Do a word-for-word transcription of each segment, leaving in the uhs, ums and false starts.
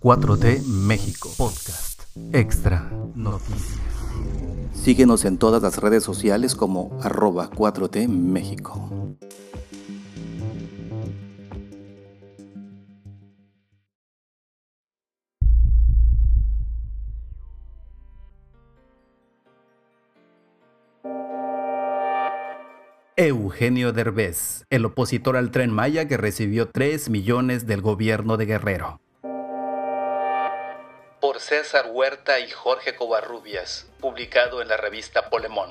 cuatro T México Podcast Extra Noticias. Síguenos en todas las redes sociales como arroba cuatro T México. Eugenio Derbez, el opositor al Tren Maya que recibió tres millones del gobierno de Guerrero. Por César Huerta y Jorge Covarrubias, publicado en la revista Polemón.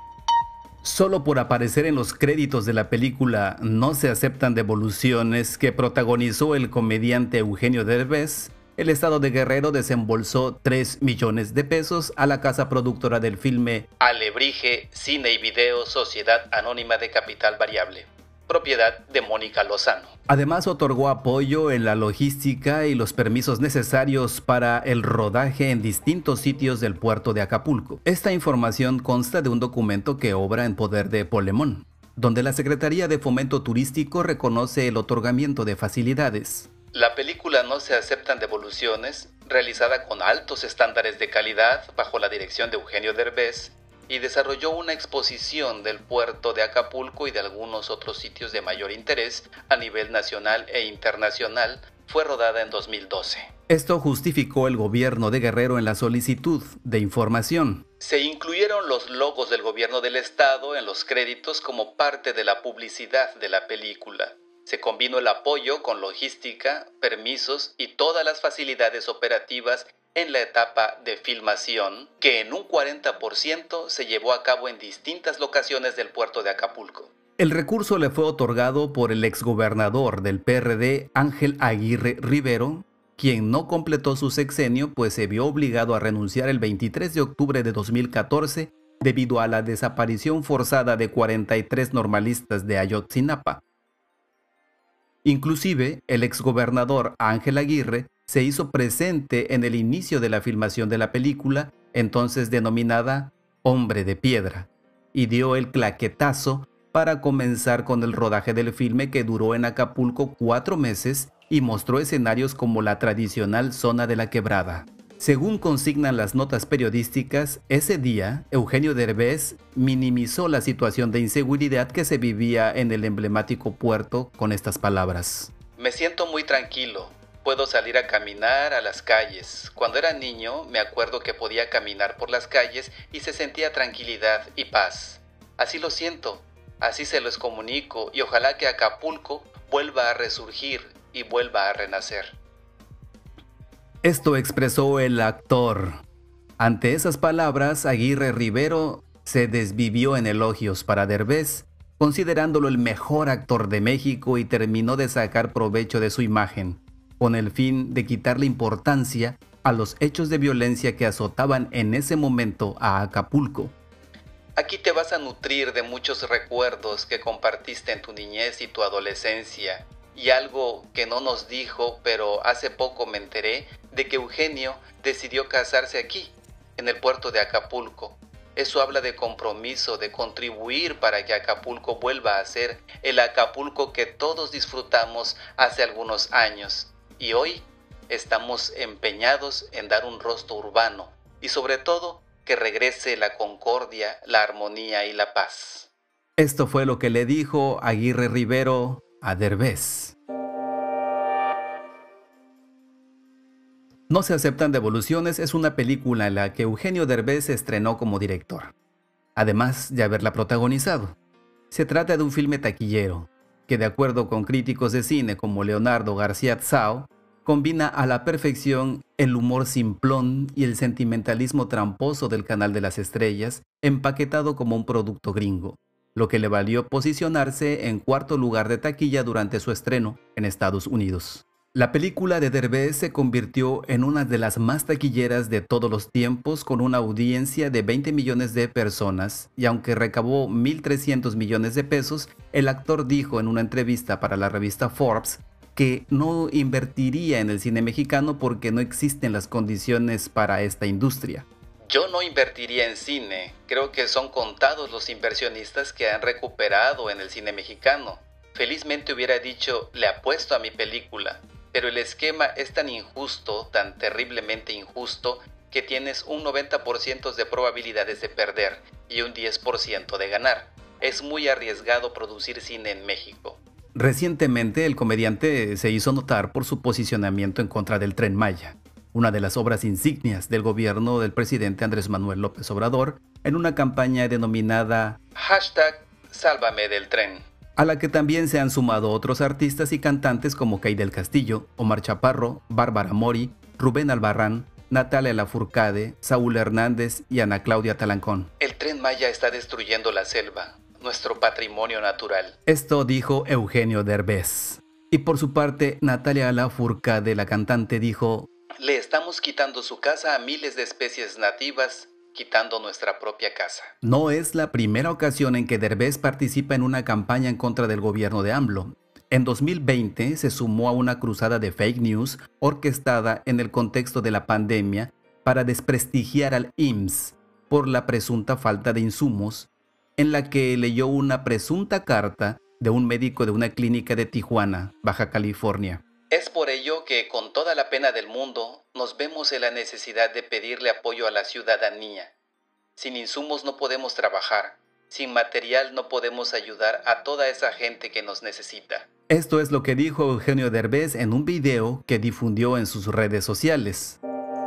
Solo por aparecer en los créditos de la película No se aceptan devoluciones que protagonizó el comediante Eugenio Derbez, el estado de Guerrero desembolsó tres millones de pesos a la casa productora del filme Alebrije Cine y Video Sociedad Anónima de Capital Variable, propiedad de Mónica Lozano. Además otorgó apoyo en la logística y los permisos necesarios para el rodaje en distintos sitios del puerto de Acapulco. Esta información consta de un documento que obra en poder de Polemón, donde la Secretaría de Fomento Turístico reconoce el otorgamiento de facilidades. La película No se aceptan devoluciones, realizada con altos estándares de calidad bajo la dirección de Eugenio Derbez, y desarrolló una exposición del puerto de Acapulco y de algunos otros sitios de mayor interés a nivel nacional e internacional, fue rodada en dos mil doce. Esto justificó el gobierno de Guerrero en la solicitud de información. Se incluyeron los logos del gobierno del estado en los créditos como parte de la publicidad de la película. Se combinó el apoyo con logística, permisos y todas las facilidades operativas en la etapa de filmación, que en un cuarenta por ciento se llevó a cabo en distintas locaciones del puerto de Acapulco. El recurso le fue otorgado por el exgobernador del P R D, Ángel Aguirre Rivero, quien no completó su sexenio pues se vio obligado a renunciar el veintitrés de octubre de dos mil catorce debido a la desaparición forzada de cuarenta y tres normalistas de Ayotzinapa. Inclusive, el exgobernador Ángel Aguirre se hizo presente en el inicio de la filmación de la película, entonces denominada Hombre de Piedra, y dio el claquetazo para comenzar con el rodaje del filme que duró en Acapulco cuatro meses y mostró escenarios como la tradicional zona de la Quebrada. Según consignan las notas periodísticas, ese día Eugenio Derbez minimizó la situación de inseguridad que se vivía en el emblemático puerto con estas palabras. Me siento muy tranquilo, puedo salir a caminar a las calles. Cuando era niño me acuerdo que podía caminar por las calles y se sentía tranquilidad y paz. Así lo siento, así se los comunico y ojalá que Acapulco vuelva a resurgir y vuelva a renacer. Esto expresó el actor. Ante esas palabras, Aguirre Rivero se desvivió en elogios para Derbez, considerándolo el mejor actor de México y terminó de sacar provecho de su imagen, con el fin de quitarle importancia a los hechos de violencia que azotaban en ese momento a Acapulco. Aquí te vas a nutrir de muchos recuerdos que compartiste en tu niñez y tu adolescencia. Y algo que no nos dijo, pero hace poco me enteré de que Eugenio decidió casarse aquí, en el puerto de Acapulco. Eso habla de compromiso, de contribuir para que Acapulco vuelva a ser el Acapulco que todos disfrutamos hace algunos años. Y hoy estamos empeñados en dar un rostro urbano y sobre todo que regrese la concordia, la armonía y la paz. Esto fue lo que le dijo Aguirre Rivero a Derbez. No se aceptan devoluciones es una película en la que Eugenio Derbez se estrenó como director, además de haberla protagonizado. Se trata de un filme taquillero, que de acuerdo con críticos de cine como Leonardo García Tsao, combina a la perfección el humor simplón y el sentimentalismo tramposo del Canal de las Estrellas, empaquetado como un producto gringo, lo que le valió posicionarse en cuarto lugar de taquilla durante su estreno en Estados Unidos. La película de Derbez se convirtió en una de las más taquilleras de todos los tiempos con una audiencia de veinte millones de personas y aunque recabó mil trescientos millones de pesos, el actor dijo en una entrevista para la revista Forbes que no invertiría en el cine mexicano porque no existen las condiciones para esta industria. Yo no invertiría en cine, creo que son contados los inversionistas que han recuperado en el cine mexicano. Felizmente hubiera dicho, le apuesto a mi película. pero el esquema es tan injusto, tan terriblemente injusto, que tienes un noventa por ciento de probabilidades de perder y un diez por ciento de ganar. Es muy arriesgado producir cine en México. Recientemente, el comediante se hizo notar por su posicionamiento en contra del Tren Maya, una de las obras insignias del gobierno del presidente Andrés Manuel López Obrador, en una campaña denominada Hashtag Sálvame del Tren, a la que también se han sumado otros artistas y cantantes como Kay del Castillo, Omar Chaparro, Bárbara Mori, Rubén Albarrán, Natalia Lafourcade, Saúl Hernández y Ana Claudia Talancón. El Tren Maya está destruyendo la selva, nuestro patrimonio natural. Esto dijo Eugenio Derbez. Y por su parte, Natalia Lafourcade, la cantante, dijo: le estamos quitando su casa a miles de especies nativas, quitando nuestra propia casa. No es la primera ocasión en que Derbez participa en una campaña en contra del gobierno de AMLO. En dos mil veinte se sumó a una cruzada de fake news orquestada en el contexto de la pandemia para desprestigiar al I M S S por la presunta falta de insumos, en la que leyó una presunta carta de un médico de una clínica de Tijuana, Baja California. Es por ello que, con toda la pena del mundo, nos vemos en la necesidad de pedirle apoyo a la ciudadanía. Sin insumos no podemos trabajar, sin material no podemos ayudar a toda esa gente que nos necesita. Esto es lo que dijo Eugenio Derbez en un video que difundió en sus redes sociales.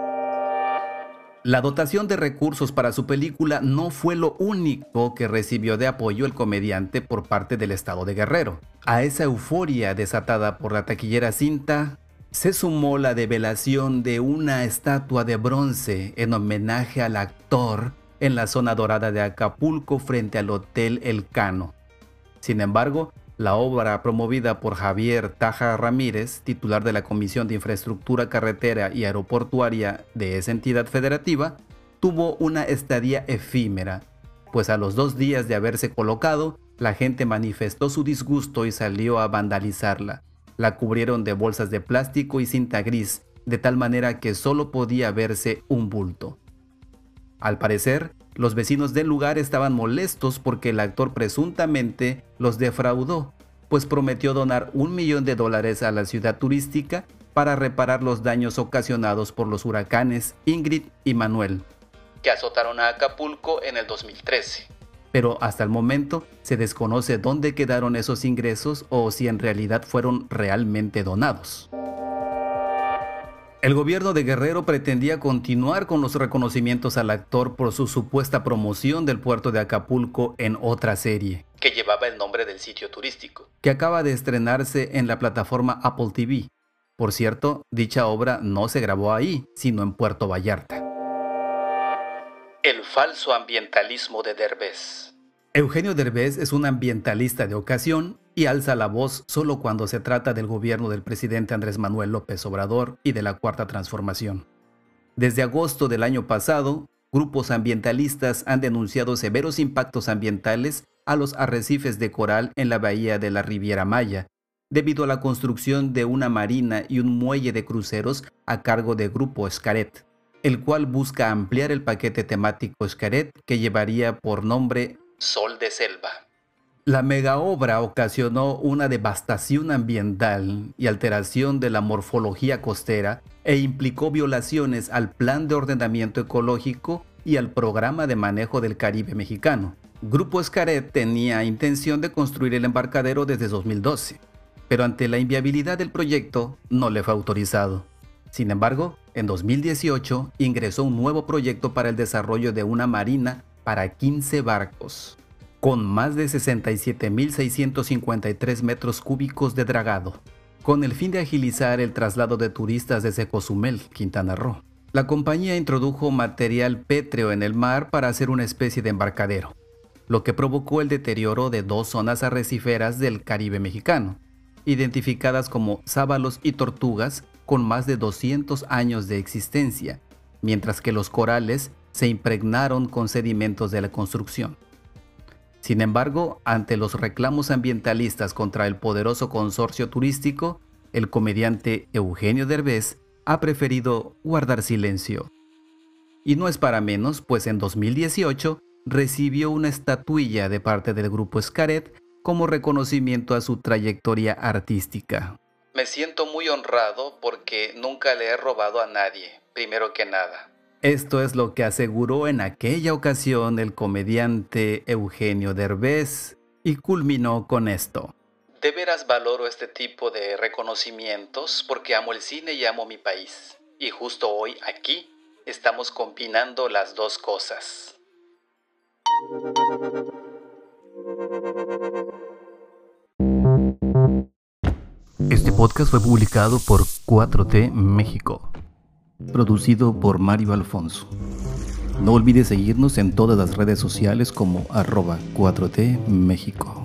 La dotación de recursos para su película no fue lo único que recibió de apoyo el comediante por parte del estado de Guerrero. A esa euforia desatada por la taquillera cinta, se sumó la develación de una estatua de bronce en homenaje al actor en la zona dorada de Acapulco frente al Hotel El Cano. Sin embargo, la obra promovida por Javier Taja Ramírez, titular de la Comisión de Infraestructura Carretera y Aeroportuaria de esa entidad federativa, tuvo una estadía efímera, pues a los dos días de haberse colocado, la gente manifestó su disgusto y salió a vandalizarla. La cubrieron de bolsas de plástico y cinta gris, de tal manera que solo podía verse un bulto. Al parecer, los vecinos del lugar estaban molestos porque el actor presuntamente los defraudó, pues prometió donar un millón de dólares a la ciudad turística para reparar los daños ocasionados por los huracanes Ingrid y Manuel, que azotaron a Acapulco en el dos mil trece. Pero hasta el momento se desconoce dónde quedaron esos ingresos o si en realidad fueron realmente donados. El gobierno de Guerrero pretendía continuar con los reconocimientos al actor por su supuesta promoción del puerto de Acapulco en otra serie, que llevaba el nombre del sitio turístico, que acaba de estrenarse en la plataforma Apple T V. Por cierto, dicha obra no se grabó ahí, sino en Puerto Vallarta. El falso ambientalismo de Derbez. Eugenio Derbez es un ambientalista de ocasión y alza la voz solo cuando se trata del gobierno del presidente Andrés Manuel López Obrador y de la Cuarta Transformación. Desde agosto del año pasado, grupos ambientalistas han denunciado severos impactos ambientales a los arrecifes de coral en la bahía de la Riviera Maya, debido a la construcción de una marina y un muelle de cruceros a cargo de Grupo Xcaret, el cual busca ampliar el paquete temático Xcaret que llevaría por nombre Sol de Selva. La megaobra ocasionó una devastación ambiental y alteración de la morfología costera e implicó violaciones al Plan de Ordenamiento Ecológico y al Programa de Manejo del Caribe Mexicano. Grupo Xcaret tenía intención de construir el embarcadero desde dos mil doce, pero ante la inviabilidad del proyecto no le fue autorizado. Sin embargo, en dos mil dieciocho ingresó un nuevo proyecto para el desarrollo de una marina para quince barcos, con más de sesenta y siete mil seiscientos cincuenta y tres metros cúbicos de dragado, con el fin de agilizar el traslado de turistas desde Cozumel, Quintana Roo. La compañía introdujo material pétreo en el mar para hacer una especie de embarcadero, lo que provocó el deterioro de dos zonas arreciferas del Caribe mexicano, identificadas como sábalos y tortugas con más de doscientos años de existencia, mientras que los corales se impregnaron con sedimentos de la construcción. Sin embargo, ante los reclamos ambientalistas contra el poderoso consorcio turístico, el comediante Eugenio Derbez ha preferido guardar silencio. Y no es para menos, pues en dos mil dieciocho recibió una estatuilla de parte del Grupo Xcaret como reconocimiento a su trayectoria artística. Me Me siento muy honrado porque nunca le he robado a nadie, primero que nada. Esto es lo que aseguró en aquella ocasión el comediante Eugenio Derbez y culminó con esto. De veras valoro este tipo de reconocimientos porque amo el cine y amo mi país. Y justo hoy, aquí, estamos combinando las dos cosas. Este podcast fue publicado por cuatro T México, producido por Mario Alfonso. No olvides seguirnos en todas las redes sociales como arroba cuatro T México.